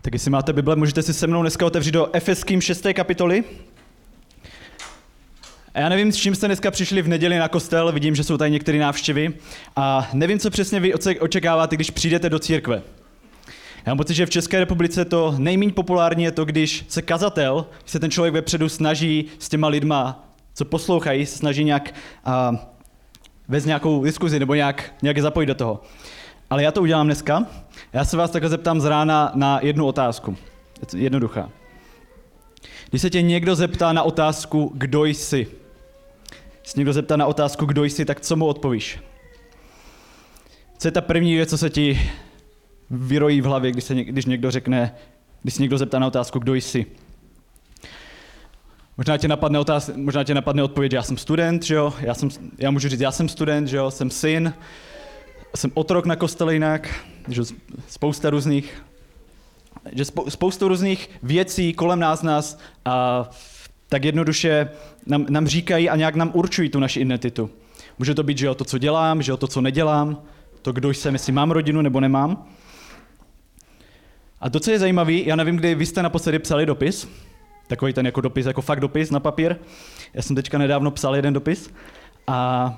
Tak jestli máte Bible, můžete si se mnou dneska otevřít do Efeským 6. kapitoly. A já nevím, s čím jste dneska přišli v neděli na kostel, vidím, že jsou tady některé návštěvy a nevím, co přesně vy očekáváte, když přijdete do církve. Já mám pocit, že v České republice to nejméně populární je to, když se kazatel, když se ten člověk vepředu snaží s těma lidma, co poslouchají, se snaží nějak vést nějakou diskuzi nebo nějak je zapojit do toho. Ale já to udělám dneska. Já se vás takhle zeptám z rána na jednu otázku. Jednoduchá. Když se tě někdo zeptá na otázku, kdo jsi, tak co mu odpovíš? Co je ta první věc, co se ti vyrojí v hlavě, když někdo zeptá na otázku, kdo jsi? Možná tě napadne odpověď, já jsem student, že jo? Já můžu říct, já jsem student, že jo? Jsem syn, jsem otrok na kostele jinak, že spoustu různých věcí kolem nás a tak jednoduše nám říkají a nějak nám určují tu naši identitu. Může to být, že jo, to, co dělám, že jo, to, co nedělám, to, kdo jsem, jestli mám rodinu nebo nemám. A to, co je zajímavé, já nevím, kdy vy jste naposledy psali dopis, takový ten jako dopis, jako fakt dopis na papír. Já jsem teďka nedávno psal jeden dopis a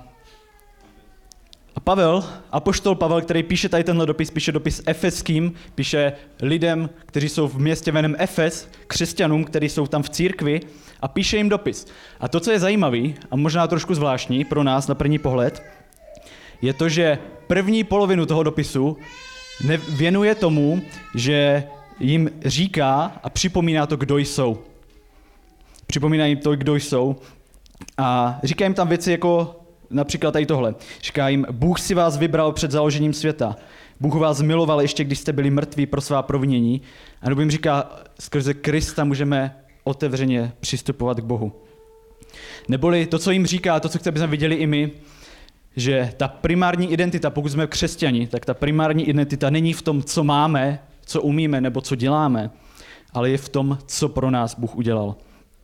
apoštol Pavel, který píše tady tenhle dopis, píše dopis Efeským, píše lidem, kteří jsou v městě jménem Efes, křesťanům, kteří jsou tam v církvi a píše jim dopis. A to, co je zajímavé a možná trošku zvláštní pro nás na první pohled, je to, že první polovinu toho dopisu věnuje tomu, že jim říká a připomíná to, kdo jsou. Připomíná jim to, kdo jsou a říká jim tam věci jako například tady tohle. Říká jim, Bůh si vás vybral před založením světa. Bůh vás miloval ještě, když jste byli mrtví pro svá provinění. A nebo jim říká, skrze Krista můžeme otevřeně přistupovat k Bohu. Neboli to, co jim říká, to, co chce, abychom viděli i my, že ta primární identita, pokud jsme křesťani, tak ta primární identita není v tom, co máme, co umíme nebo co děláme, ale je v tom, co pro nás Bůh udělal.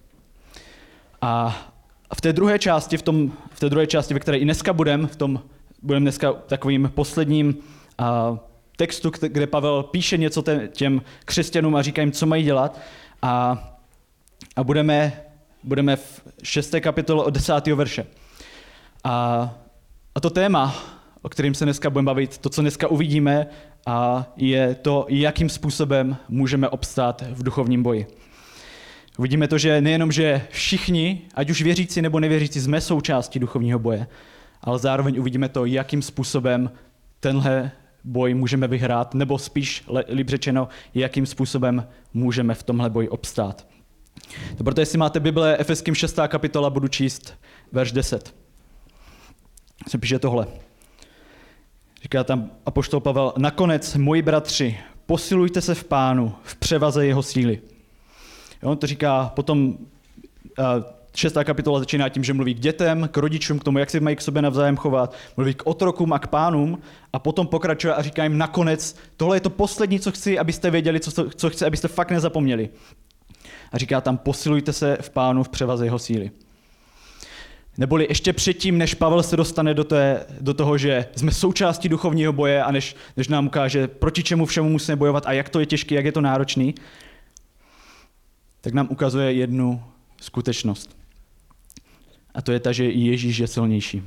A v té druhé části, ve které i dneska budeme dneska takovým posledním textu, kde Pavel píše něco těm křesťanům a říká jim, co mají dělat. A budeme v 6. kapitole od 10. verše. A to téma, o kterém se dneska budeme bavit, to, co dneska uvidíme, je to, jakým způsobem můžeme obstát v duchovním boji. Uvidíme to, že nejenom, že všichni, ať už věřící nebo nevěřící, jsme součástí duchovního boje, ale zároveň uvidíme to, jakým způsobem tenhle boj můžeme vyhrát, nebo spíš, líp řečeno, jakým způsobem můžeme v tomhle boji obstát. To proto, jestli máte Bible, Efeským 6. kapitola, budu číst verš 10. Se píše tohle. Říká tam apoštol Pavel, nakonec, moji bratři, posilujte se v Pánu, v převaze jeho síly. Jo, to říká potom 6. kapitola začíná tím, že mluví k dětem, k rodičům, k tomu, jak se mají k sobě navzájem chovat, mluví k otrokům a k pánům a potom pokračuje a říká jim nakonec, tohle je to poslední, co chci, abyste věděli, co chci, abyste fakt nezapomněli. A říká tam, posilujte se v Pánu v převaze jeho síly. Neboli ještě předtím, než Pavel se dostane do toho, že jsme součástí duchovního boje a než nám ukáže, proti čemu všemu musíme bojovat a jak to je těžké, jak je to náročný, tak nám ukazuje jednu skutečnost. A to je ta, že Ježíš je silnější.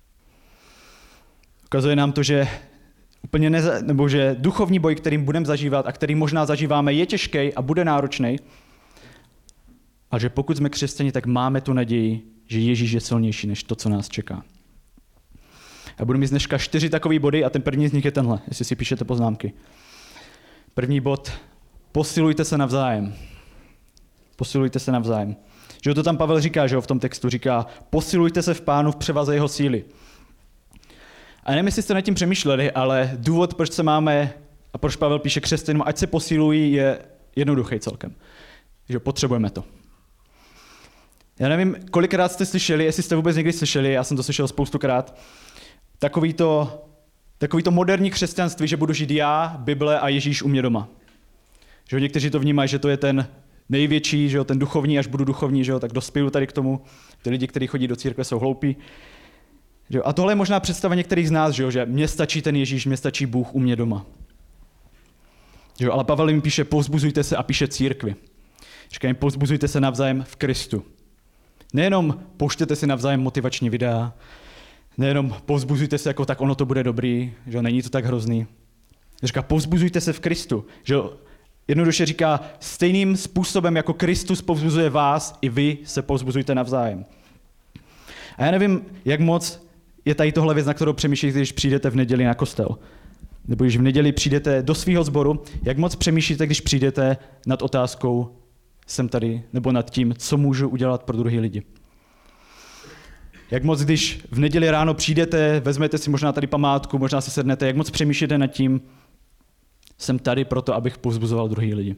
Ukazuje nám to, že že duchovní boj, kterým budeme zažívat a který možná zažíváme, je těžký a bude náročný, ale že pokud jsme křesťani, tak máme tu naději, že Ježíš je silnější než to, co nás čeká. A budu mít dneska 4 takové body a ten první z nich je tenhle, jestli si píšete poznámky. První bod, posilujte se navzájem. Posilujte se navzájem. Že to tam Pavel říká, že v tom textu říká, posilujte se v Pánu v převaze jeho síly. A nevím, jestli jste nad tím přemýšleli, ale důvod, proč se máme a proč Pavel píše křesťanům, ať se posilují, je jednoduchý celkem. Že potřebujeme to. Já nevím, kolikrát jste slyšeli, jestli jste vůbec někdy slyšeli, já jsem to slyšel spoustukrát, takový to moderní křesťanství, že budu žít já, Bible a Ježíš u mě doma. Že někteří to vnímají, že to je ten největší, že jo, ten duchovní, až budu duchovní, že jo, tak dospěju tady k tomu. Ty lidi, kteří chodí do církve, jsou hloupí. Že jo? A tohle je možná představa některých z nás, že jo, že mně stačí ten Ježíš, mně stačí Bůh u mě doma. Jo, ale Pavel jim píše, povzbuzujte se a píše církvi. Říká jim, povzbuzujte se navzájem v Kristu. Nejenom pouštěte si navzájem motivační videa, nejenom povzbuzujte se jako tak ono to bude dobrý, že není to tak hrozný. Říká, povzbuzujte se v Kristu. Že jednoduše říká, stejným způsobem, jako Kristus povzbuzuje vás, i vy se povzbuzujte navzájem. A já nevím, jak moc je tady tohle věc, na kterou přemýšlíte, když přijdete v neděli na kostel. Nebo když v neděli přijdete do svého sboru, jak moc přemýšlíte, když přijdete nad otázkou, jsem tady, nebo nad tím, co můžu udělat pro druhý lidi. Jak moc, když v neděli ráno přijdete, vezmete si možná tady památku, možná si sednete, jak moc přemýšlíte nad tím, jsem tady proto, abych povzbuzoval druhý lidi.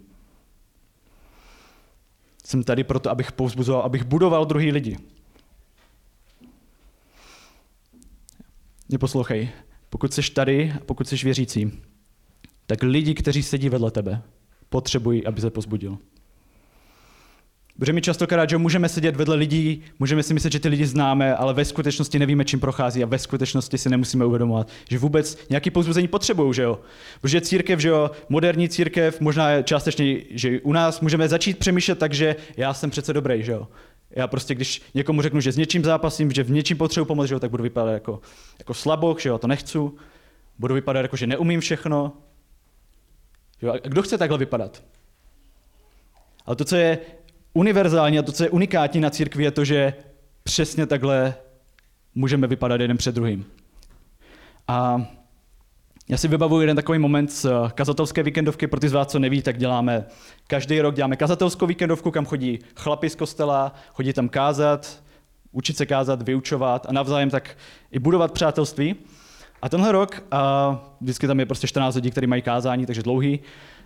Jsem tady proto, abych povzbuzoval, abych budoval druhý lidi. Mě poslouchej, pokud jsi tady, pokud jsi věřící, tak lidi, kteří sedí vedle tebe, potřebují, aby se povzbudil. Protože my častokrát, že můžeme sedět vedle lidí, můžeme si myslet, že ty lidi známe, ale ve skutečnosti nevíme, čím prochází a ve skutečnosti si nemusíme uvědomovat, že vůbec nějaké povzbuzení potřebují, že jo? Protože církev, že jo, moderní církev, možná částečně, že u nás můžeme začít přemýšlet tak, že já jsem přece dobrý, že jo? Já prostě, když někomu řeknu, že s něčím zápasím, že v něčím potřebuji pomoct, že jo, tak budu vypadat jako slaboch, že jo, to nechci. Budu vypadat jako, že neumím všechno. Jo? A kdo chce takhle vypadat? Ale to, co je univerzální a to, co je unikátní na církvi, je to, že přesně takhle můžeme vypadat jeden před druhým. A já si vybavuji jeden takový moment z kazatelské víkendovky, pro ty z vás, co neví, tak každý rok děláme kazatelskou víkendovku, kam chodí chlapi z kostela, chodí tam kázat, učit se kázat, vyučovat a navzájem tak i budovat přátelství. A tenhle rok, vždycky tam je prostě 14 lidí, kteří mají kázání, takže dlouhý,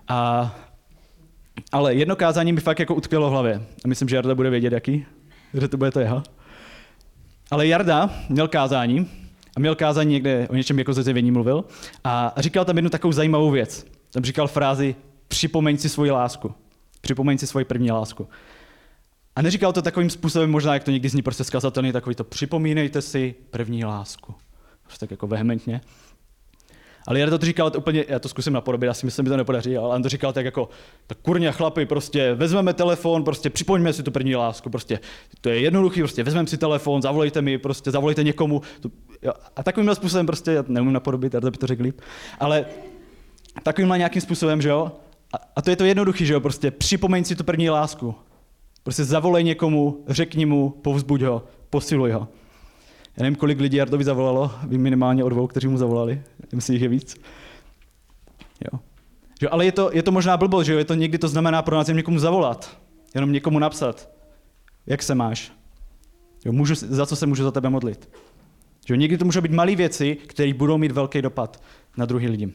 ale jedno kázání mi fakt jako utkvělo v hlavě. A myslím, že Jarda bude vědět, jaký, že to bude to jeho. Ale Jarda měl kázání a měl kázání někde o něčem jako ze zjevení mluvil a říkal tam jednu takovou zajímavou věc. Tam říkal frázi připomeň si svoji lásku. Připomeň si svoji první lásku. A neříkal to takovým způsobem, možná jak to někdy zní prostě zkazatelný, takový to připomínejte si první lásku. Prostě tak jako vehementně. Ale Jarda to říkal úplně, já to zkusím napodobit, asi myslím, že to nepodaří, ale on to říkal tak jako, tak kurňa chlapi, prostě vezmeme telefon, prostě připomeňme si tu první lásku, prostě to je jednoduchý, prostě vezmeme si telefon, zavolejte mi, prostě zavolejte někomu. A takovýmhle způsobem prostě, já neumím napodobit, Jarda by to řekl líp, ale takovýmhle nějakým způsobem, že jo, a to je to jednoduchý, že jo, prostě připomeň si tu první lásku. Prostě zavolej někomu, řekni mu, povzbuď ho, posiluj ho. Já nevím, kolik lidí Jardovi zavolalo, vím minimálně o 2, kteří mu zavolali, myslím, jich je víc. Jo. Jo, ale je to možná blbost, že jo? Někdy to znamená pro nás jen někomu zavolat, jenom někomu napsat, jak se máš, jo, za co se můžu za tebe modlit. Jo, někdy to můžou být malé věci, které budou mít velký dopad na druhý lidi.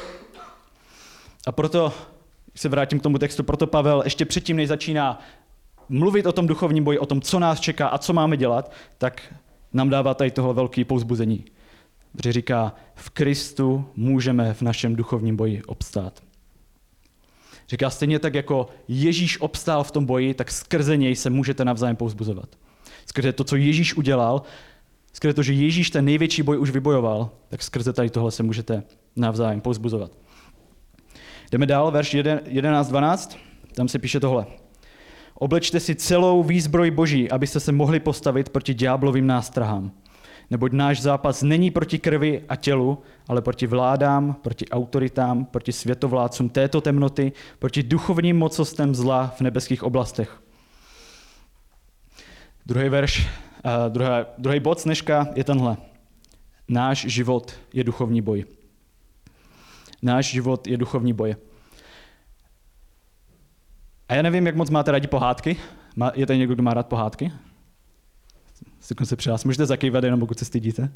A proto, když se vrátím k tomu textu, proto Pavel ještě předtím, než začíná mluvit o tom duchovním boji, o tom, co nás čeká a co máme dělat, tak nám dává tady tohle velké povzbuzení. Protože říká, v Kristu můžeme v našem duchovním boji obstát. Říká, stejně tak, jako Ježíš obstál v tom boji, tak skrze něj se můžete navzájem povzbuzovat. Skrze to, co Ježíš udělal, skrze to, že Ježíš ten největší boj už vybojoval, tak skrze tady tohle se můžete navzájem povzbuzovat. Jdeme dál, verš 11-12, tam se píše tohle. Oblečte si celou výzbroj Boží, abyste se mohli postavit proti ďáblovým nástrahám. Neboť náš zápas není proti krvi a tělu, ale proti vládám, proti autoritám, proti světovládcům této temnoty, proti duchovním mocnostem zla v nebeských oblastech. Druhý verš, druhý bod dneška je tenhle. Náš život je duchovní boj. Náš život je duchovní boj. A já nevím, jak moc máte rádi pohádky. Je tady někdo, kdo má rád pohádky? Se přihlásím. Můžete zakývat, jenom pokud se stydíte.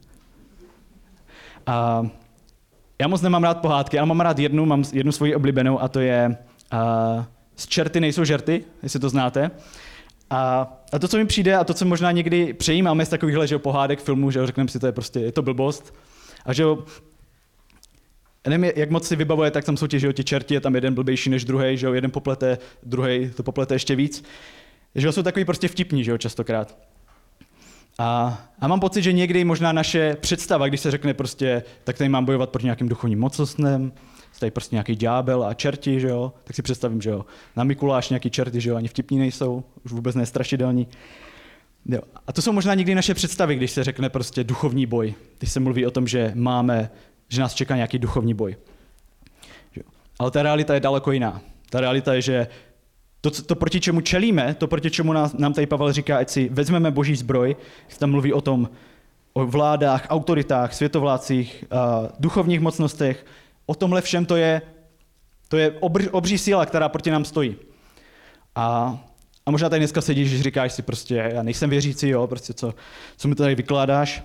A já moc nemám rád pohádky, ale mám rád mám jednu svoji oblíbenou a to je Z čerty nejsou žerty, jestli to znáte. A to, co mi přijde a to, co možná někdy přejímáme z takovýchhle že pohádek, filmů, že řekneme si, je to blbost. A že já nevím, jak moc si vybavuje, tak tam jsou ti čerti, je tam jeden blbější než druhý, že jeden poplete, druhý to poplete ještě víc. Že jsou takový prostě vtipní, že častokrát. A mám pocit, že někdy možná naše představa, když se řekne prostě, tak tady mám bojovat proti nějakým duchovním mocnostem, tady prostě nějaký ďábel a čerti, že jo, tak si představím, že jo, na Mikuláš nějaký čerty, že jo, ani vtipní nejsou, už vůbec nestrašidelní. Jo. A to jsou možná někdy naše představy, když se řekne prostě duchovní boj, když se mluví o tom, že nás čeká nějaký duchovní boj. Jo. Ale ta realita je daleko jiná. Ta realita je, že to proti čemu čelíme, to proti čemu nám tady Pavel říká, ať si vezmeme boží zbroj, tam mluví o tom, o vládách, autoritách, světovládcích, duchovních mocnostech, o tomhle všem to je obří síla, která proti nám stojí. A možná tady dneska sedíš, že říkáš si prostě, já nejsem věřící, jo, prostě co mi tady vykládáš.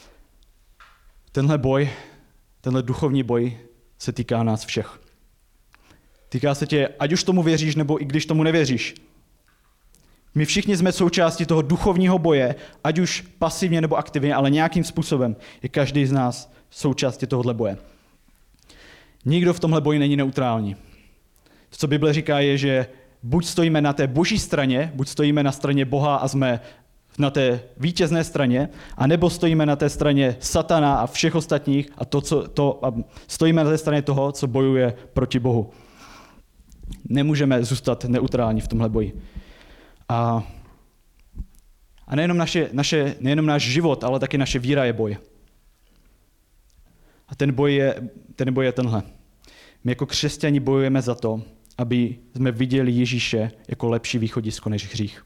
Tenhle duchovní boj se týká nás všech. Týká se tě, ať už tomu věříš, nebo i když tomu nevěříš. My všichni jsme součástí toho duchovního boje, ať už pasivně nebo aktivně, ale nějakým způsobem je každý z nás součástí tohohle boje. Nikdo v tomhle boji není neutrální. To, co Bible říká, je, že buď stojíme na té boží straně, buď stojíme na straně Boha a jsme na té vítězné straně, anebo stojíme na té straně satana a všech ostatních a stojíme na té straně toho, co bojuje proti Bohu. Nemůžeme zůstat neutrální v tomhle boji. A nejenom náš život, ale taky naše víra je boj. A ten boj je tenhle. My jako křesťani bojujeme za to, aby jsme viděli Ježíše jako lepší východisko než hřích.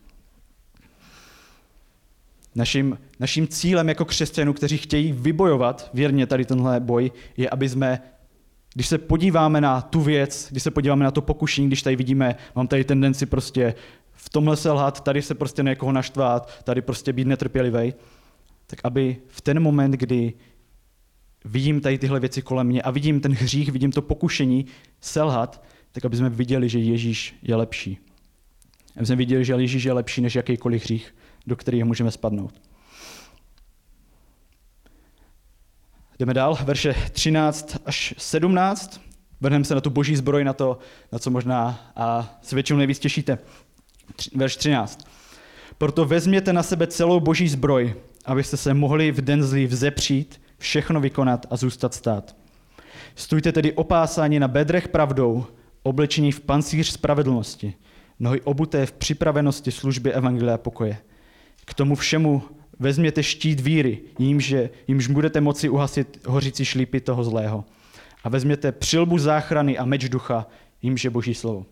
Naším cílem jako křesťanů, kteří chtějí vybojovat věrně tady tenhle boj, je, aby jsme, když se podíváme na tu věc, když se podíváme na to pokušení, když tady vidíme, mám tady tendenci prostě v tomhle selhat, tady se prostě na někoho naštvát, tady prostě být netrpělivý, tak aby v ten moment, kdy vidím tady tyhle věci kolem mě a vidím ten hřích, vidím to pokušení selhat, tak aby jsme viděli, že Ježíš je lepší. Aby jsme viděli, že Ježíš je lepší než jakýkoliv hřích, do kterého můžeme spadnout. Jdeme dál, verše 13 až 17. Vrhneme se na tu boží zbroj, na to, na co možná se většinou nejvíc těšíte. Verš 13. Proto vezměte na sebe celou boží zbroj, abyste se mohli v den zlý vzepřít, všechno vykonat a zůstat stát. Stůjte tedy opásáni na bedrech pravdou, oblečení v pancíř spravedlnosti, nohy obuté v připravenosti služby evangelia pokoje. K tomu všemu vezměte štít víry, jímž budete moci uhasit hořící šlípy toho zlého. A vezměte přilbu záchrany a meč ducha, jímž je boží slovo.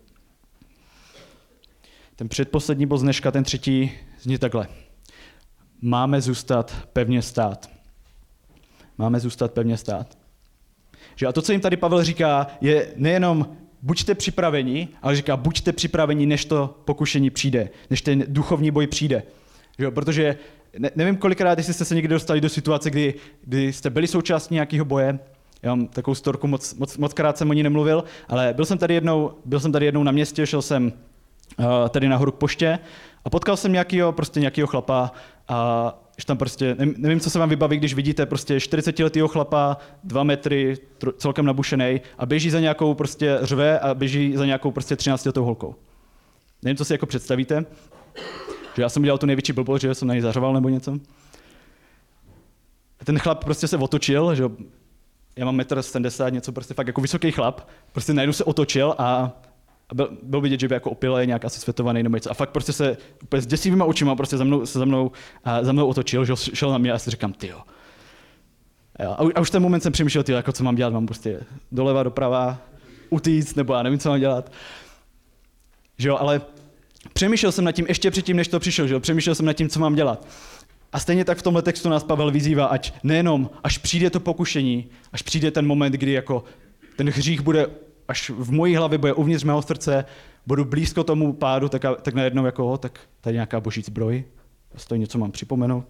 Ten předposlední bod z dneška, ten třetí, zní takhle. Máme zůstat pevně stát. Máme zůstat pevně stát. A to, co jim tady Pavel říká, je nejenom buďte připraveni, ale říká buďte připraveni, než to pokušení přijde, než ten duchovní boj přijde. Protože nevím kolikrát, jestli jste se někdy dostali do situace, kdy jste byli součástí nějakého boje. Já mám takovou storku, moc krát jsem o ní nemluvil, ale byl jsem tady jednou na městě, šel jsem tady nahoru k poště a potkal jsem nějakého chlapa a že tam prostě, nevím, co se vám vybaví, když vidíte prostě 40letýho chlapa, 2 metry, celkem nabušenej a běží za nějakou prostě řve a běží za nějakou prostě 13letou holkou. Nevím, co si jako představíte, že já jsem udělal tu největší blbost, že jsem na něj zařval nebo něco. A ten chlap prostě se otočil, že já mám 1,70 m, něco prostě fakt jako vysoký chlap, prostě najednou se otočil a byl vidět, že by jako opilej, nějak asi světovaný nebo něco. A fakt prostě se úplně s děsivýma očima prostě za mnou otočil, že šel na mě a já si říkám, tyjo. A už ten moment jsem přemýšlel, tyjo, jako co mám dělat, mám prostě doleva, doprava, utíct, nebo já nevím, co mám dělat. Že jo, ale přemýšlel jsem nad tím ještě předtím, než to přišel, že jo, přemýšlel jsem nad tím, co mám dělat. A stejně tak v tomhle textu nás Pavel vyzývá, ať nejenom, až přijde to pokušení, až přijde ten moment, kdy jako ten hřích bude, až v mojí hlavě bude uvnitř mého srdce, budu blízko tomu pádu, tak najednou jako, tak tady nějaká boží zbroj, stojí něco mám připomenout.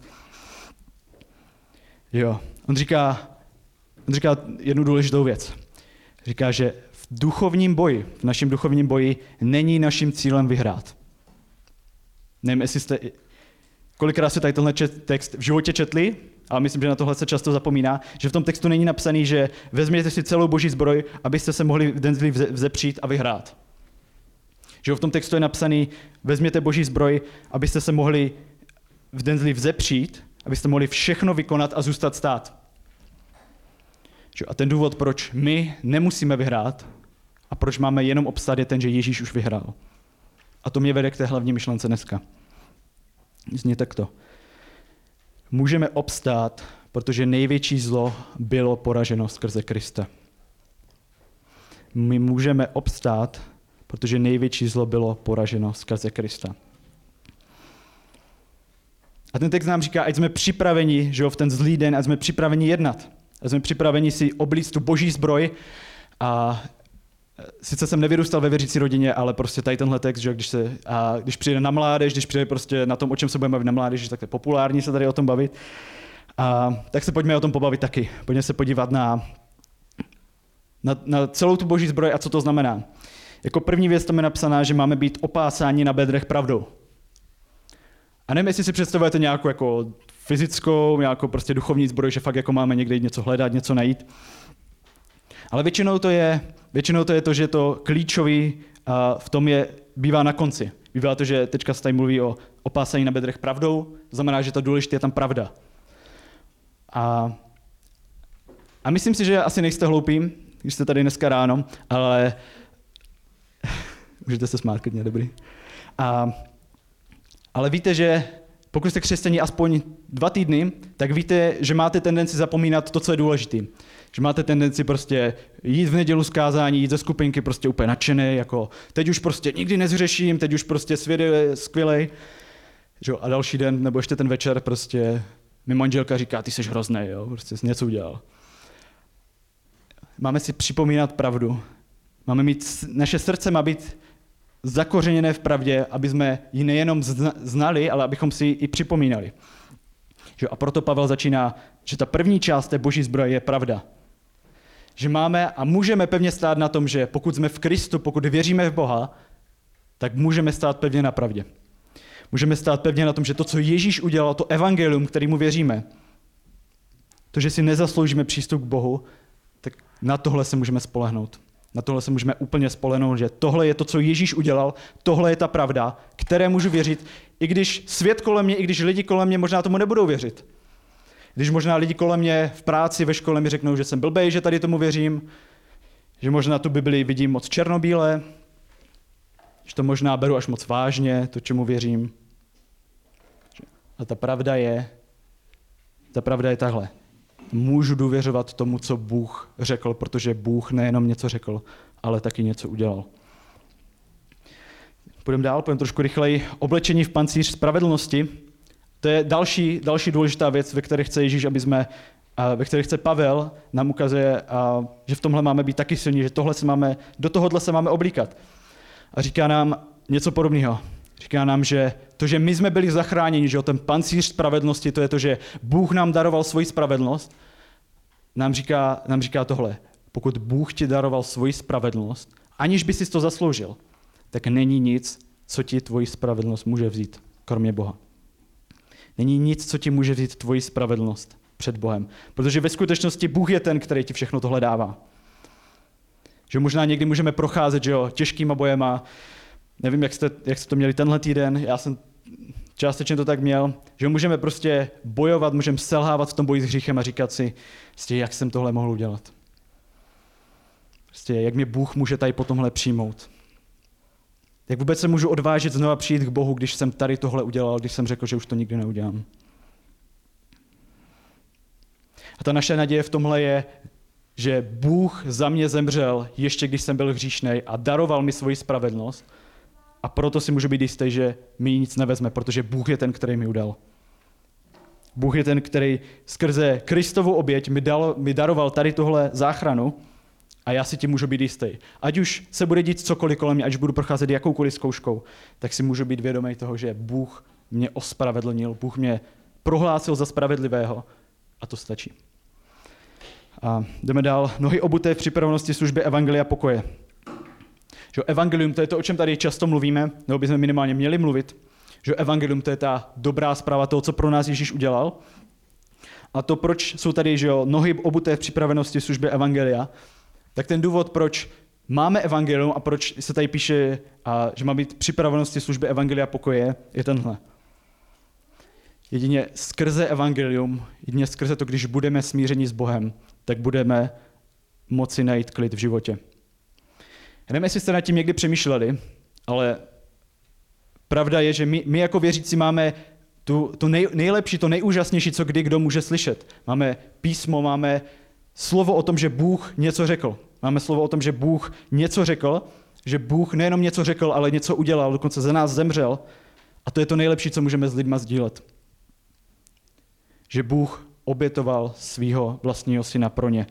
Jo, on říká jednu důležitou věc. Říká, že v našem duchovním boji není naším cílem vyhrát. Nevím, jestli jste, kolikrát jste tady tenhle text v životě četli, ale myslím, že na tohle se často zapomíná, že v tom textu není napsaný, že vezměte si celou boží zbroj, abyste se mohli v den zlý vzepřít a vyhrát. Že v tom textu je napsaný, vezměte boží zbroj, abyste se mohli v den zlý vzepřít, abyste mohli všechno vykonat a zůstat stát. A ten důvod, proč my nemusíme vyhrát a proč máme jenom obstát, je ten, že Ježíš už vyhrál. A to mě vede k té hlavní myšlence dneska. Zní takto. Můžeme obstát, protože největší zlo bylo poraženo skrze Krista. My můžeme obstát, protože největší zlo bylo poraženo skrze Krista. A ten text nám říká, ať jsme připraveni, že jo, v ten zlý den, ať jsme připraveni jednat. Ať jsme připraveni si oblíct tu boží zbroj. A sice jsem nevyrůstal ve věřící rodině, ale prostě tady tenhle text, že když přijde na mládež, když přijde prostě na tom, o čem se budeme bavit na mládeži, tak je populární se tady o tom bavit. Tak se pojďme o tom pobavit taky. Pojďme se podívat na celou tu boží zbroj a co to znamená. Jako první věc tam je napsaná, že máme být opásáni na bedrech pravdou. A nevím, jestli si představujete nějakou jako fyzickou, nějakou prostě duchovní zbroj, že fakt jako máme někde něco hledat, něco najít. Ale většinou to je to, že to klíčový v tom bývá na konci. Bývá to, že teďka se tady mluví o opásání na bedrech pravdou, znamená, že to důležité je tam pravda. A myslím si, že asi nejste hloupí, když jste tady dneska ráno, ale můžete se smát klidně, dobrý. Ale víte, že pokud jste křesťaní aspoň 2 týdny, tak víte, že máte tendenci zapomínat to, co je důležité. Že máte tendenci prostě jít v nedělu z kázání, jít ze skupinky prostě úplně nadšený, jako teď už prostě nikdy nezřeším, teď už prostě svět je skvělej. A další den, nebo ještě ten večer prostě mi manželka říká, ty jsi hroznej, jo, prostě jsi něco udělal. Máme si připomínat pravdu. Naše srdce má být zakořeněné v pravdě, aby jsme ji nejenom znali, ale abychom si ji i připomínali. A proto Pavel začíná, že ta první část té boží zbroje je pravda. Že máme a můžeme pevně stát na tom, že pokud jsme v Kristu, pokud věříme v Boha, tak můžeme stát pevně na pravdě. Můžeme stát pevně na tom, že to, co Ježíš udělal, to evangelium, kterému věříme, to, že si nezasloužíme přístup k Bohu, tak na tohle se můžeme spolehnout. Na tohle se můžeme úplně spolehnout, že tohle je to, co Ježíš udělal, tohle je ta pravda, které můžu věřit, i když svět kolem mě, i když lidi kolem mě možná tomu nebudou věřit. Když možná lidi kolem mě v práci, ve škole mi řeknou, že jsem blbej, že tady tomu věřím, že možná tu Bibli vidím moc černobíle, že to možná beru až moc vážně, to, čemu věřím. A ta pravda je tahle. Můžu důvěřovat tomu, co Bůh řekl, protože Bůh nejenom něco řekl, ale taky něco udělal. Půjdeme dál, půjdeme trošku rychleji. Oblečení v pancíř spravedlnosti. To je další důležitá věc, ve které chce Ježíš, ve které chce Pavel, nám ukazuje, že v tomhle máme být taky silní, že do tohohle se máme oblíkat. A říká nám něco podobného. Říká nám, že to, že my jsme byli zachráněni, že ten pancíř spravedlnosti, to je to, že Bůh nám daroval svoji spravedlnost, nám říká tohle. Pokud Bůh ti daroval svoji spravedlnost, aniž by si to zasloužil, tak není nic, co ti tvoji spravedlnost může vzít, kromě Boha. Není nic, co ti může vzít tvoji spravedlnost před Bohem. Protože ve skutečnosti Bůh je ten, který ti všechno tohle dává. Že možná někdy můžeme procházet těžkýma bojema. Nevím, jak jste to měli tenhle týden, já jsem částečně to tak měl, že můžeme prostě bojovat, můžeme selhávat v tom boji s hříchem a říkat si, jak jsem tohle mohl udělat. Jak mě Bůh může tady po tomhle přijmout. Jak vůbec se můžu odvážit znova přijít k Bohu, když jsem tady tohle udělal, když jsem řekl, že už to nikdy neudělám. A ta naše naděje v tomhle je, že Bůh za mě zemřel, ještě když jsem byl hříšnej a daroval mi svoji spravedlnost a proto si můžu být jistý, že mi nic nevezme, protože Bůh je ten, který mi udal. Bůh je ten, který skrze Kristovu oběť mi daroval tady tohle záchranu a já si tím můžu být jistý. Ať už se bude dít cokoliv kolem mě, ať budu procházet jakoukoliv zkouškou, tak si můžu být vědomý toho, že Bůh mě ospravedlnil, Bůh mě prohlásil za spravedlivého a to stačí. A jdeme dál. Nohy obuté v připravenosti služby evangelia pokoje. Že evangelium, to je to, o čem tady často mluvíme, nebo bychom minimálně měli mluvit. Že evangelium, to je ta dobrá zpráva toho, co pro nás Ježíš udělal. A to, proč jsou tady nohy obuté v připravenosti služby evangelia, tak ten důvod, proč máme evangelium a proč se tady píše, že má být připravenosti služby evangelia pokoje, je tenhle. Jedině skrze evangelium, jedině skrze to, když budeme smířeni s Bohem, tak budeme moci najít klid v životě. Já nevím, jestli jste nad tím někdy přemýšleli, ale pravda je, že my jako věřící máme to nejlepší, to nejúžasnější, co kdy kdo může slyšet. Máme písmo, máme slovo o tom, že Bůh něco řekl. Máme slovo o tom, že Bůh něco řekl, že Bůh nejenom něco řekl, ale něco udělal, dokonce za nás zemřel. A to je to nejlepší, co můžeme s lidma sdílet. Že Bůh obětoval svého vlastního syna pro ně.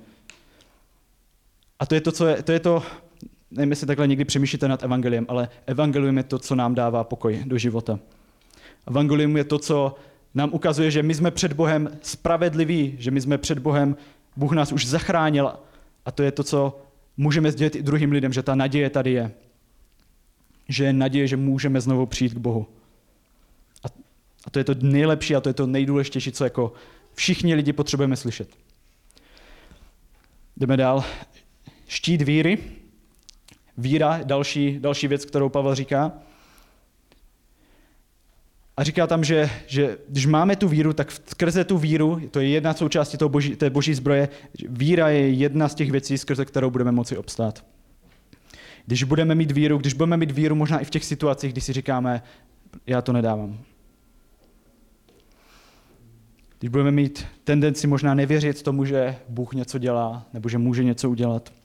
A to je to, nevím, jestli takhle někdy přemýšlíte nad evangeliem, ale evangelium je to, co nám dává pokoj do života. Evangelium je to, co nám ukazuje, že my jsme před Bohem spravedliví, že my jsme před Bohem, Bůh nás už zachránil a to je to, co můžeme sdělit i druhým lidem, že ta naděje tady je. Že je naděje, že můžeme znovu přijít k Bohu. A to je to nejlepší a to je to nejdůležitější, co jako všichni lidi potřebujeme slyšet. Jdeme dál. Štít víry. Víra, další věc, kterou Pavel říká. A říká tam, že když máme tu víru, tak skrze tu víru, to je jedna součástí té boží zbroje, víra je jedna z těch věcí, skrze kterou budeme moci obstát. Když budeme mít víru možná i v těch situacích, kdy si říkáme, já to nedávám. Když budeme mít tendenci možná nevěřit tomu, že Bůh něco dělá, nebo že může něco udělat.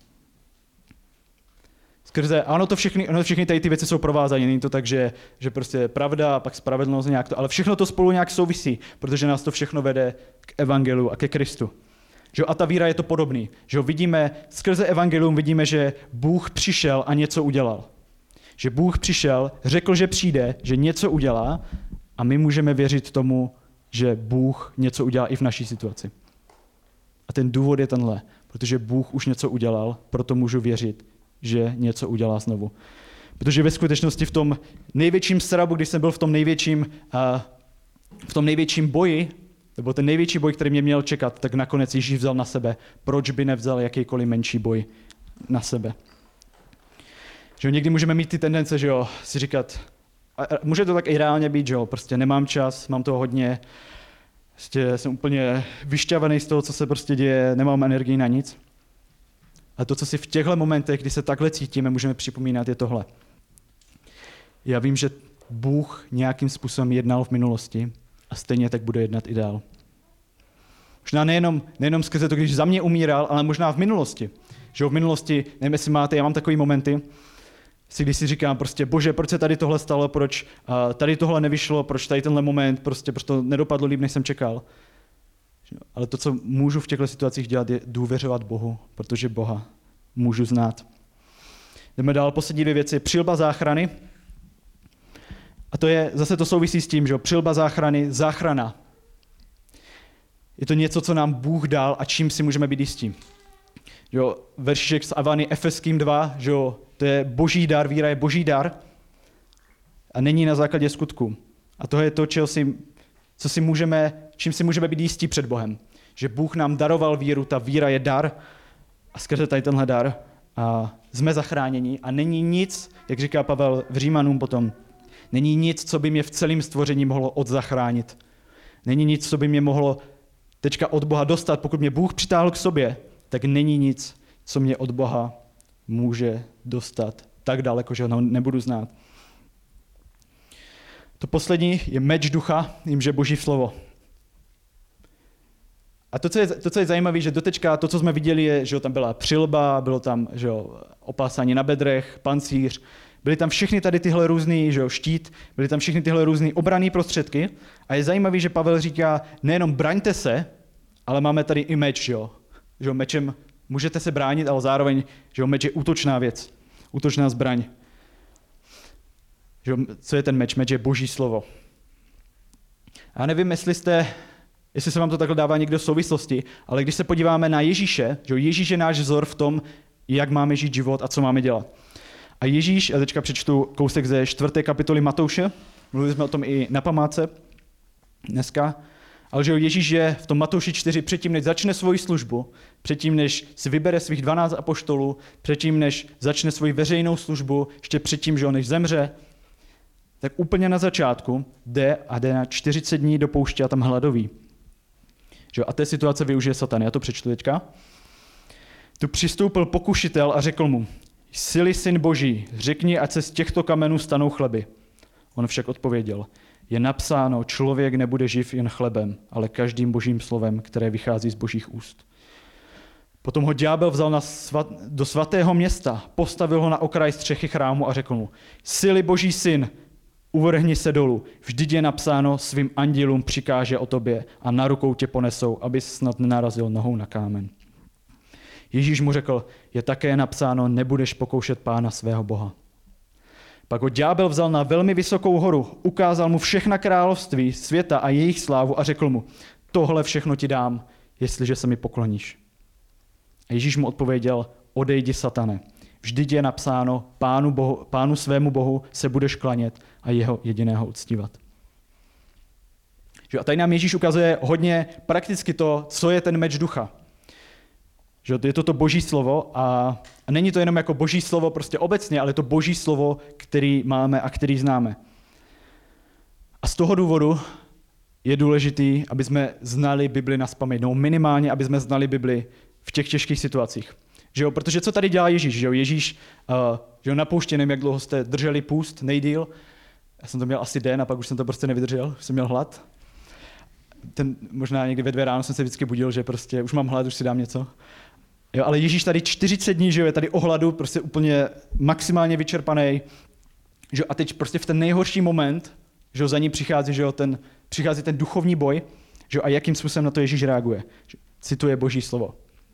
Ano, všechny tady ty věci jsou provázané, není to tak, že prostě je pravda a pak spravedlnost nějak to, ale všechno to spolu nějak souvisí, protože nás to všechno vede k evangeliu a ke Kristu. Že a ta víra je to podobný. Že vidíme, skrze evangelium vidíme, že Bůh přišel a něco udělal. Že Bůh přišel, řekl, že přijde, že něco udělá a my můžeme věřit tomu, že Bůh něco udělá i v naší situaci. A ten důvod je tenhle, protože Bůh už něco udělal, proto můžu věřit, že něco udělá znovu. Protože ve skutečnosti v tom největším srabu, když jsem byl v tom největším boji, nebo ten největší boj, který mě měl čekat, tak nakonec Ježíš vzal na sebe. Proč by nevzal jakýkoliv menší boj na sebe? Že někdy můžeme mít ty tendence, že jo, si říkat, a může to tak i reálně být, že jo, prostě nemám čas, mám toho hodně, prostě jsem úplně vyšťavený z toho, co se prostě děje, nemám energii na nic. A to, co si v těchto momentech, kdy se takhle cítíme, můžeme připomínat, je tohle. Já vím, že Bůh nějakým způsobem jednal v minulosti a stejně tak bude jednat i dál. Možná nejenom skrze to, když za mě umíral, ale možná v minulosti. Že v minulosti, nevím, jestli máte, já mám takový momenty, když si říkám prostě, bože, proč se tady tohle stalo, proč tady tohle nevyšlo, proč tady tenhle moment, proč to nedopadlo líp, než jsem čekal. Ale to, co můžu v těchto situacích dělat, je důvěřovat Bohu, protože Boha můžu znát. Jdeme dál, poslední dvě věci. Přilba záchrany. A zase to souvisí s tím, že přilba záchrany, záchrana. Je to něco, co nám Bůh dal a čím si můžeme být jistí. Veršíček z Avany Efeským 2, že to je boží dar, víra je boží dar a není na základě skutku. A to je to, čím si můžeme být jistí před Bohem. Že Bůh nám daroval víru, ta víra je dar a skrze tady tenhle dar a jsme zachráněni a není nic, jak říká Pavel v Římanům potom, není nic, co by mě v celém stvoření mohlo odzachránit. Není nic, co by mě mohlo teďka od Boha dostat. Pokud mě Bůh přitáhl k sobě, tak není nic, co mě od Boha může dostat tak daleko, že ho nebudu znát. To poslední je meč ducha, jimž je Boží slovo. A to, co je zajímavé, že dotečka to, co jsme viděli, je, že tam byla přilba, bylo tam opásání na bedrech, pancíř, byly tam všechny tady tyhle různý štít, byly tam všechny tyhle různý obranné prostředky. A je zajímavé, že Pavel říká, nejenom braňte se, ale máme tady i meč, že mečem můžete se bránit, ale zároveň, že meč je útočná věc, útočná zbraň. Co je ten meč? Meč je Boží slovo. Já nevím, jestli se vám to takhle dává někdo v souvislosti, ale když se podíváme na Ježíše, že Ježíš je náš vzor v tom, jak máme žít život a co máme dělat. A Ježíš, já teďka přečtu kousek ze 4. kapitoly Matouše, mluvili jsme o tom i na památce dneska, ale že Ježíš je v tom Matouši 4 předtím, než začne svoji službu, předtím, než si vybere svých 12 apoštolů, předtím, než začne svoji veřejnou službu, ještě předtím, že než zemře, tak úplně na začátku jde na 40 dní do pouště a tam hladový. A té situace využije Satan. Já to přečtu teďka. Tu přistoupil pokušitel a řekl mu, jsi-li syn Boží, řekni, ať se z těchto kamenů stanou chleby. On však odpověděl, je napsáno, člověk nebude živ jen chlebem, ale každým božím slovem, které vychází z božích úst. Potom ho ďábel vzal do svatého města, postavil ho na okraj střechy chrámu a řekl mu, jsi-li Boží syn, uvrhni se dolů, vždyť je napsáno, svým andělům přikáže o tobě a na rukou tě ponesou, aby snad nenarazil nohou na kámen. Ježíš mu řekl, je také napsáno, nebudeš pokoušet Pána svého Boha. Pak ho ďábel vzal na velmi vysokou horu, ukázal mu všechna království světa a jejich slávu a řekl mu, tohle všechno ti dám, jestliže se mi pokloníš. A Ježíš mu odpověděl, odejdi, satane, vždyť je napsáno, Pánu svému Bohu se budeš klanět a jeho jediného uctívat. A tady nám Ježíš ukazuje hodně prakticky to, co je ten meč ducha. Že je to boží slovo a není to jenom jako boží slovo prostě obecně, ale je to boží slovo, který máme a který známe. A z toho důvodu je důležitý, aby jsme znali Bibli nazpaměť, no minimálně, aby jsme znali Bibli v těch těžkých situacích. Že jo? Protože co tady dělá Ježíš? Že jo? Ježíš že jo, na poušti, nevím, jak dlouho jste drželi půst, nejdýl. Já jsem to měl asi den a pak už jsem to prostě nevydržel, už jsem měl hlad. Možná někdy ve 2 ráno jsem se vždycky budil, že prostě už mám hlad, už si dám něco. Jo, ale Ježíš tady 40 dní, že jo, je tady o hladu, prostě úplně maximálně vyčerpaný. Že jo, a teď prostě v ten nejhorší moment, že jo, za ním přichází, že jo, přichází ten duchovní boj, že jo, a jakým způsobem na to Ježíš reaguje. Cituje Boží slovo.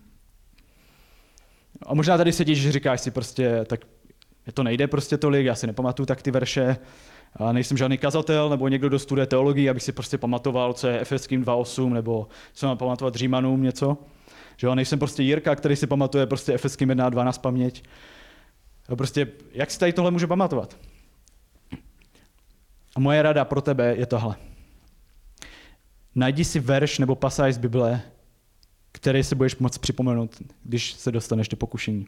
A možná tady sedíš, že říkáš si prostě, tak to nejde prostě tolik, já si nepamatuju tak ty verše, a nejsem žádný kazatel nebo někdo, kdo studuje teologii, abych si prostě pamatoval, co je Efeským 2.8 nebo co mám pamatovat Římanům něco. Že jo, nejsem prostě Jirka, který si pamatuje prostě Efeským 1.2 nazpaměť. Prostě, jak si tady tohle může pamatovat? A moje rada pro tebe je tohle. Najdi si verš nebo pasáž z Bible, který se budeš moct připomenout, když se dostaneš do pokušení.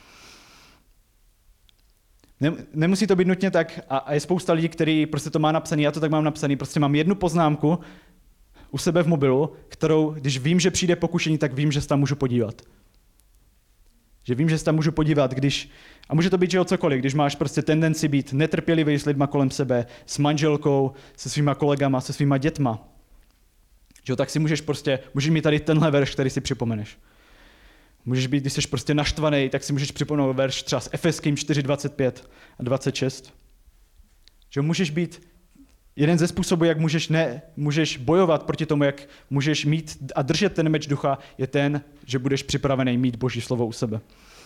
Nemusí to být nutně tak, a je spousta lidí, kteří prostě to má napsaný, já to tak mám napsaný, prostě mám jednu poznámku u sebe v mobilu, kterou, když vím, že přijde pokušení, tak vím, že se tam můžu podívat. Že vím, že se tam můžu podívat, a může to být, že o cokoliv, když máš prostě tendenci být netrpělivý s lidma kolem sebe, s manželkou, se svýma kolegama, se svýma dětma. Že tak si můžeš mít tady tenhle verš, který si připomeneš. Můžeš být, když jsi prostě naštvaný, tak si můžeš připomenout verš třeba s Efeským 4.25 a 26. Že můžeš být jeden ze způsobů, jak můžeš bojovat proti tomu, jak můžeš mít a držet ten meč ducha, je ten, že budeš připravený mít Boží slovo u sebe.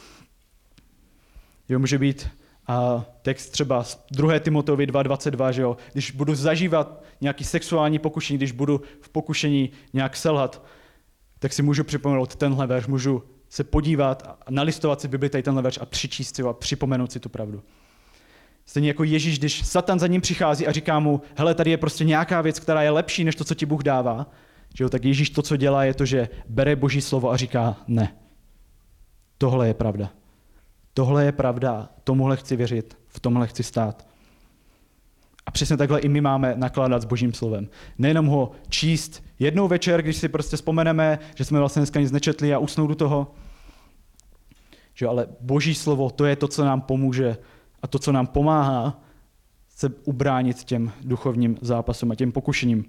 Jo, může být text třeba z 2. Timoteovi 2.22, že jo, když budu zažívat nějaký sexuální pokušení, když budu v pokušení nějak selhat, tak si můžu připomenout tenhle verš, můžu se podívat a nalistovat si v Bibli tady tenhle verš a přičíst si ho a připomenout si tu pravdu. Stejně jako Ježíš, když Satan za ním přichází a říká mu, hele, tady je prostě nějaká věc, která je lepší, než to, co ti Bůh dává, že jo, tak Ježíš to, co dělá, je to, že bere Boží slovo a říká, ne, tohle je pravda. Tohle je pravda, tomuhle chci věřit, v tomhle chci stát. A přesně takhle i my máme nakládat s Božím slovem. Nejenom ho číst jednou večer, když si prostě vzpomeneme, že jsme vlastně dneska nic nečetli a usnout do toho. Že, ale Boží slovo, to je to, co nám pomůže a to, co nám pomáhá se ubránit těm duchovním zápasům a těm pokušením.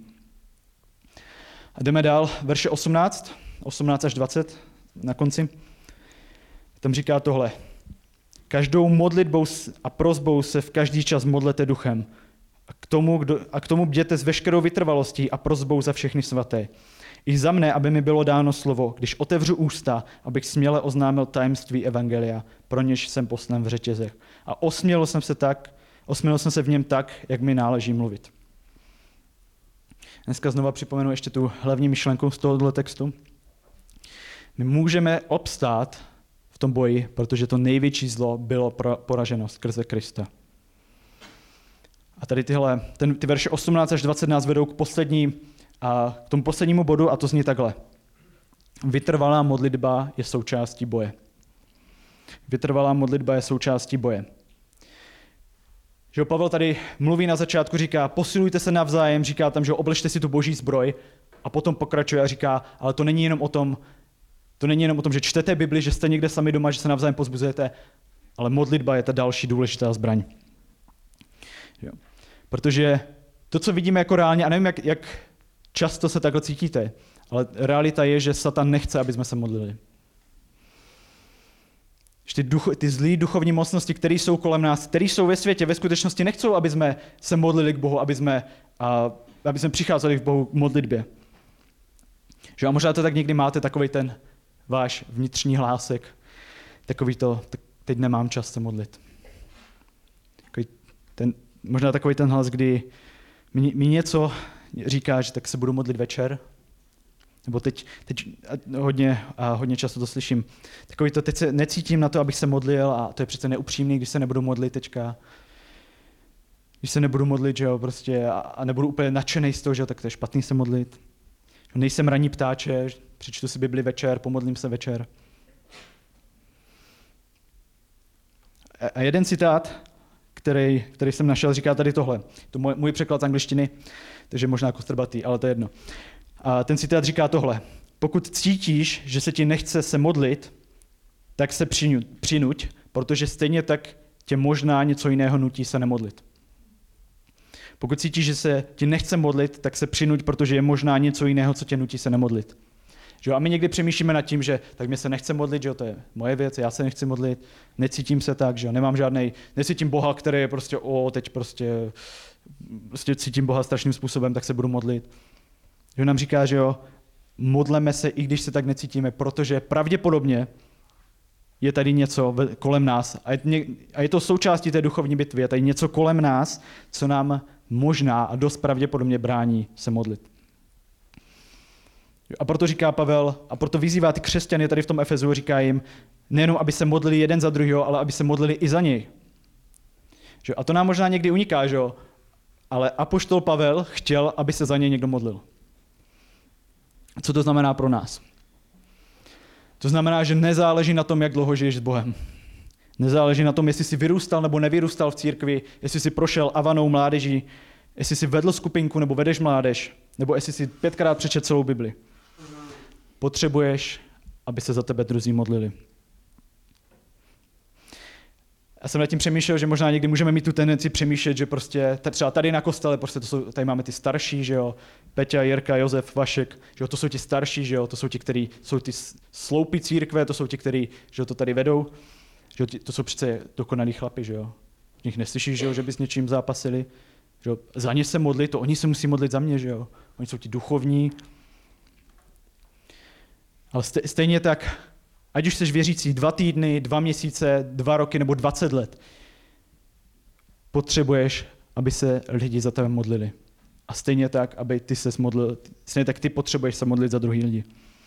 A jdeme dál, verše 18 až 20 na konci. Tam říká tohle. Každou modlitbou a prosbou se v každý čas modlete duchem. A k tomu bděte s veškerou vytrvalostí a prosbou za všechny svaté. I za mne, aby mi bylo dáno slovo, když otevřu ústa, abych směle oznámil tajemství evangelia, pro něž jsem poslen v řetězech. A osmělil jsem se v něm tak, jak mi náleží mluvit. Dneska znova připomenu ještě tu hlavní myšlenku z tohoto textu. My můžeme obstát v tom boji, protože to největší zlo bylo poraženo skrze Krista. A tady ty verše 18 až 20 nás vedou k tomu poslednímu bodu a to zní takhle. Vytrvalá modlitba je součástí boje. Vytrvalá modlitba je součástí boje. Že Pavel tady mluví na začátku, říká, posilujte se navzájem, říká tam, že oblečte si tu boží zbroj a potom pokračuje a říká, ale to není jenom o tom, To není jenom o tom, že čtete Bibli, že jste někde sami doma, že se navzájem pozbuzujete, ale modlitba je ta další důležitá zbraň. Jo. Protože to, co vidíme jako reálně, a nevím, jak často se takhle cítíte, ale realita je, že Satan nechce, aby jsme se modlili. Že ty zlý duchovní mocnosti, které jsou kolem nás, které jsou ve světě, ve skutečnosti nechcou, aby jsme se modlili k Bohu, aby jsme přicházeli k Bohu k modlitbě. Že a možná to tak někdy máte, takový ten váš vnitřní hlásek, takový to, tak teď nemám čas se modlit. Možná takový ten hlas, kdy mi něco říká, že tak se budu modlit večer, nebo teď hodně často to slyším. Takový to, teď se necítím na to, abych se modlil a to je přece neupřímný, když se nebudu modlit teďka. Když se nebudu modlit, že jo, prostě a nebudu úplně nadšený z toho, že jo, tak to je špatný se modlit. Nejsem ranní ptáče, přečtu si Bibli večer, pomodlím se večer. A jeden citát, který jsem našel, říká tady tohle. To můj překlad z angličtiny, takže možná kostrbatý, ale to je jedno. A ten citát říká tohle. Pokud cítíš, že se ti nechce se modlit, tak se přinuť, protože stejně tak tě možná něco jiného nutí se nemodlit. Pokud cítíš, že se ti nechce modlit, tak se přinuť, protože je možná něco jiného, co tě nutí se nemodlit. Že? A my někdy přemýšlíme nad tím, že tak mě se nechce modlit, že to je moje věc, já se nechci modlit, necítím se tak, že nemám necítím Boha, který je prostě, teď prostě cítím Boha strašným způsobem, tak se budu modlit. Že nám říká, že jo, modleme se, i když se tak necítíme, protože pravděpodobně je tady něco kolem nás a je to součástí té duchovní bitvy, je tady něco kolem nás, co nám možná a dost pravděpodobně brání se modlit. A proto říká Pavel, a proto vyzývá ty křesťany tady v tom Efezu, říká jim, nejenom aby se modlili jeden za druhého, ale aby se modlili i za něj. A to nám možná někdy uniká, že? Ale apoštol Pavel chtěl, aby se za něj někdo modlil. Co to znamená pro nás? To znamená, že nezáleží na tom, jak dlouho žiješ s Bohem. Nezáleží na tom, jestli jsi vyrůstal nebo nevyrůstal v církvi, jestli jsi prošel Avanou mládeží, jestli jsi vedl skupinku nebo vedeš mládež, nebo jestli jsi 5krát přečetl celou Bibli. Potřebuješ, aby se za tebe druzí modlili. Já jsem nad tím přemýšlel, že možná někdy můžeme mít tu tendenci přemýšlet, že prostě třeba tady na kostele, prostě tady máme ty starší, že jo, Peťa, Jirka, Josef, Vašek, že jo, to jsou ti starší, že jo, to jsou ti, kteří jsou ty sloupy církve, to jsou ti, kteří, že jo, to tady vedou, že jo, to jsou přece dokonalí chlapi, že jo. Z nich neslyšíš, že jo, že by s něčím zápasili, že jo, za ně se modlit, to oni se musí modlit za mě, že jo. Oni jsou ti duchovní. Ale stejně tak, ať už jsi věřící 2 týdny, 2 měsíce, 2 roky nebo 20 let, potřebuješ, aby se lidi za tebe modlili. A stejně tak, aby ty ses modlil, stejně tak ty potřebuješ se modlit za druhý lidi.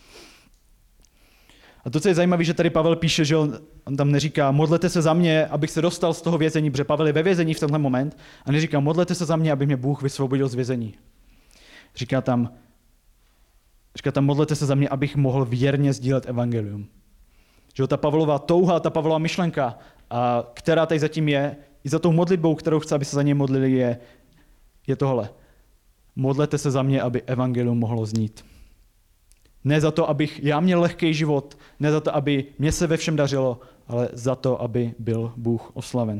A to, co je zajímavé, že tady Pavel píše, že on tam neříká, modlete se za mě, abych se dostal z toho vězení, protože Pavel je ve vězení v tenhle moment, a neříká, modlete se za mě, aby mě Bůh vysvobodil z vězení. Říká tam, modlete se za mě, abych mohl věrně sdílet evangelium. Že ta Pavlova touha, ta Pavlova myšlenka, která tady zatím je, i za tou modlitbou, kterou chce, aby se za ně modlili, je tohle. Modlete se za mě, aby evangelium mohlo znít. Ne za to, abych já měl lehký život, ne za to, aby mě se ve všem dařilo, ale za to, aby byl Bůh oslaven.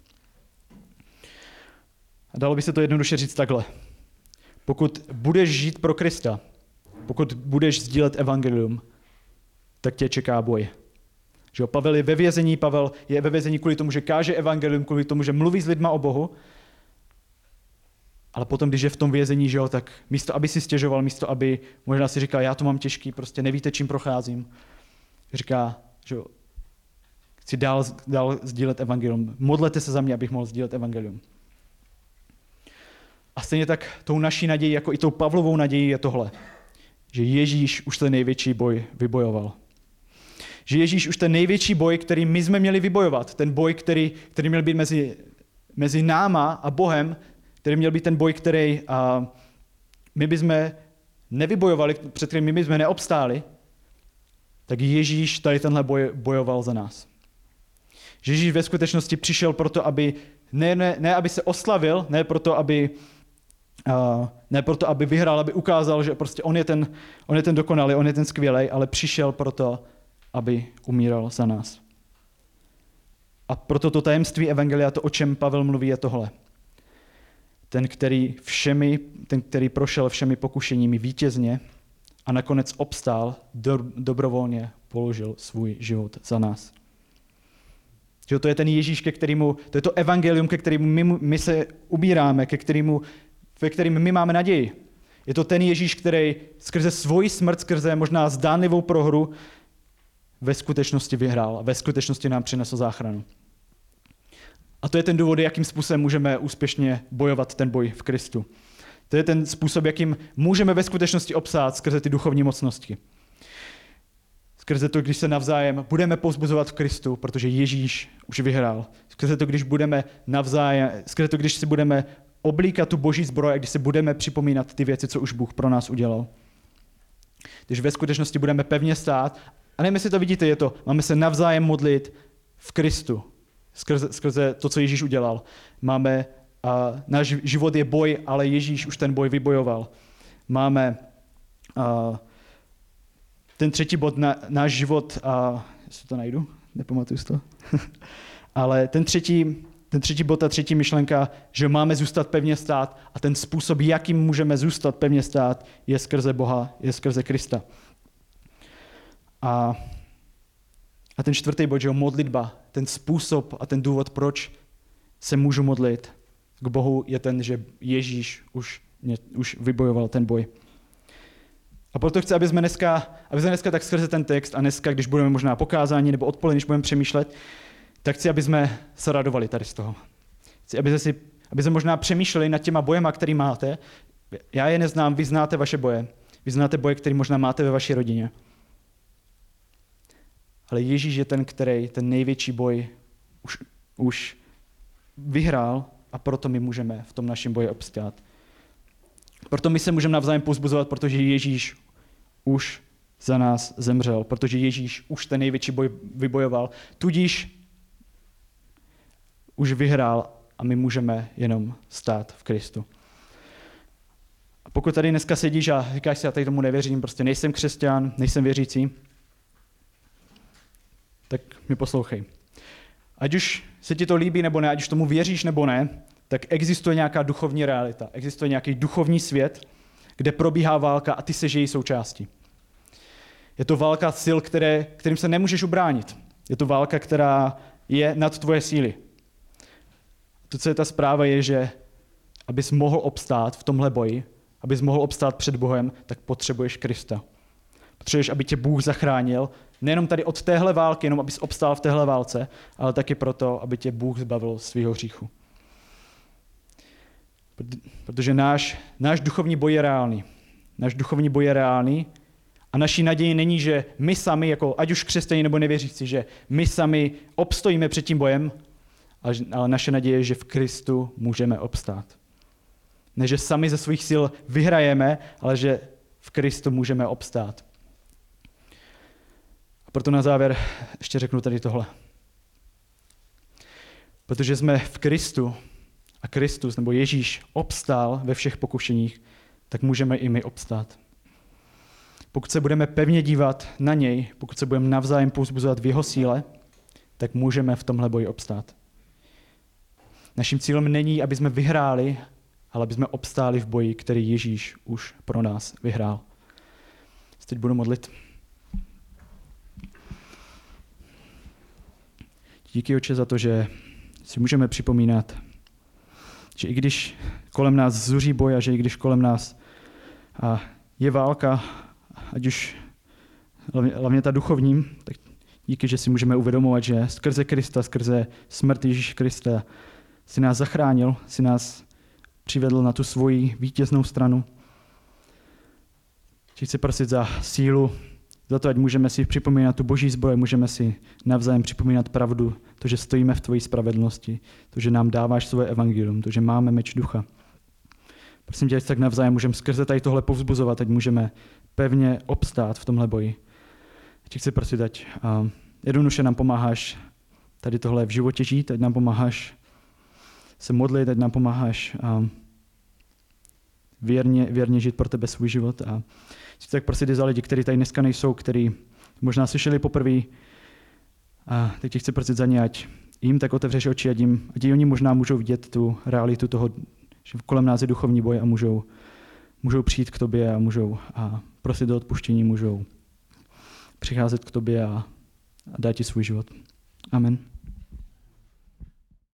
A dalo by se to jednoduše říct takhle. Pokud budeš žít pro Krista, pokud budeš sdílet evangelium, tak tě čeká boj. Že Pavel je ve vězení, Pavel je ve vězení kvůli tomu, že káže evangelium, kvůli tomu, že mluví s lidma o Bohu, ale potom, když je v tom vězení, že jo, tak místo, aby si stěžoval, místo, aby možná si říkal, já to mám těžký, prostě nevíte, čím procházím, říká, že jo, chci dál sdílet evangelium. Modlete se za mě, abych mohl sdílet evangelium. A stejně tak tou naší nadějí, jako i tou Pavlovou nadějí je tohle, že Ježíš už ten největší boj vybojoval. Že Ježíš už ten největší boj, který my jsme měli vybojovat, ten boj, který měl být mezi náma a Bohem, který měl být ten boj, který my bychom nevybojovali, před kterým my bychom neobstáli, tak Ježíš tady tenhle boj bojoval za nás. Ježíš ve skutečnosti přišel proto, aby ne aby se oslavil, ne proto, aby vyhrál, aby ukázal, že prostě on je ten dokonalý, on je ten skvělej, ale přišel proto, aby umíral za nás. A proto to tajemství evangelia, to, o čem Pavel mluví, je tohle. Ten, který prošel všemi pokušeními vítězně a nakonec obstál, dobrovolně položil svůj život za nás. Že to je ten Ježíš, to je to evangelium, ke kterému my se ubíráme, ve kterém my máme naději. Je to ten Ježíš, který skrze svoji smrt, skrze možná zdánlivou prohru, ve skutečnosti vyhrál a ve skutečnosti nám přinesl záchranu. A to je ten důvod, jakým způsobem můžeme úspěšně bojovat ten boj v Kristu. To je ten způsob, jakým můžeme ve skutečnosti obsát skrze ty duchovní mocnosti. Skrze to, když se navzájem budeme povzbuzovat v Kristu, protože Ježíš už vyhrál. Skrze to, když si budeme oblíkat tu boží zbroj a když si budeme připomínat ty věci, co už Bůh pro nás udělal. Když ve skutečnosti budeme pevně stát, a nevím, jestli to vidíte, máme se navzájem modlit v Kristu, skrze to, co Ježíš udělal. Náš život je boj, ale Ježíš už ten boj vybojoval. Máme ten třetí bod, náš život, jestli to najdu, nepamatuju si to, ale ten třetí bod, ta třetí myšlenka, že máme zůstat pevně stát a ten způsob, jakým můžeme zůstat pevně stát, je skrze Boha, je skrze Krista. A ten čtvrtý bod, že modlitba, ten způsob a ten důvod, proč se můžu modlit k Bohu, je ten, že Ježíš už vybojoval ten boj. A proto chci, aby jsme dneska tak skrze ten text a dneska, když budeme možná pokázání nebo odpoledne, když budeme přemýšlet, tak chci, aby jsme se radovali tady z toho. Chci, aby jsme možná přemýšleli nad těma bojema, který máte. Já je neznám, vy znáte vaše boje. Vy znáte boje, který možná máte ve vaší rodině. Ale Ježíš je ten, který ten největší boj už vyhrál a proto my můžeme v tom našem boji obstát. Proto my se můžeme navzájem povzbuzovat, protože Ježíš už za nás zemřel, protože Ježíš už ten největší boj vybojoval, tudíž už vyhrál a my můžeme jenom stát v Kristu. A pokud tady dneska sedíš a říkáš si, já tady tomu nevěřím, prostě nejsem křesťan, nejsem věřící, tak mi poslouchej. Ať už se ti to líbí nebo ne, ať už tomu věříš nebo ne, tak existuje nějaká duchovní realita, existuje nějaký duchovní svět, kde probíhá válka a ty seš její součástí. Je to válka sil, kterým se nemůžeš ubránit. Je to válka, která je nad tvoje síly. To, co je ta zpráva, je, že abys mohl obstát v tomhle boji, abys mohl obstát před Bohem, tak potřebuješ Krista. Potřebuješ, aby tě Bůh zachránil, nejenom tady od téhle války, jenom abys obstál v téhle válce, ale taky proto, aby tě Bůh zbavil svého hříchu. Protože náš duchovní boj je reálný. Náš duchovní boj je reálný a naší naději není, že my sami, jako ať už křesťané nebo nevěřící, že my sami obstojíme před tím bojem, ale naše naděje je, že v Kristu můžeme obstát. Ne, že sami ze svých sil vyhrajeme, ale že v Kristu můžeme obstát. A proto na závěr ještě řeknu tady tohle. Protože jsme v Kristu a Kristus nebo Ježíš obstál ve všech pokušeních, tak můžeme i my obstát. Pokud se budeme pevně dívat na něj, pokud se budeme navzájem povzbuzovat v jeho síle, tak můžeme v tomhle boji obstát. Naším cílem není, aby jsme vyhráli, ale aby jsme obstáli v boji, který Ježíš už pro nás vyhrál. Teď budu modlit. Díky, Otče, za to, že si můžeme připomínat, že i když kolem nás zuří boj a že i když kolem nás je válka, ať už hlavně ta duchovní, tak díky, že si můžeme uvědomovat, že skrze Krista, skrze smrt Ježíše Krista si nás zachránil, si nás přivedl na tu svoji vítěznou stranu. Chci prosit za sílu, za to, ať můžeme si připomínat tu boží zbroj, můžeme si navzájem připomínat pravdu, to, že stojíme v tvojí spravedlnosti, to, že nám dáváš svoje evangelium, to, že máme meč ducha. Prosím tě, ať tak navzájem můžeme skrze tady tohle povzbuzovat, ať můžeme pevně obstát v tomhle boji. Chci prosit, ať jednoduše nám pomáháš tady tohle v životě žít, ať nám pomáháš se modlit, ať nám pomáháš věrně žít pro tebe svůj život. A chci tak prosit i za lidi, kteří tady dneska nejsou, kteří možná slyšeli poprvé a teď tě chci prosit za ně, ať jim tak otevřeš oči, ať oni možná můžou vidět tu realitu toho, že kolem nás je duchovní boj a můžou přijít k tobě a můžou prosit o odpuštění, můžou přicházet k tobě a dát ti svůj život. Amen.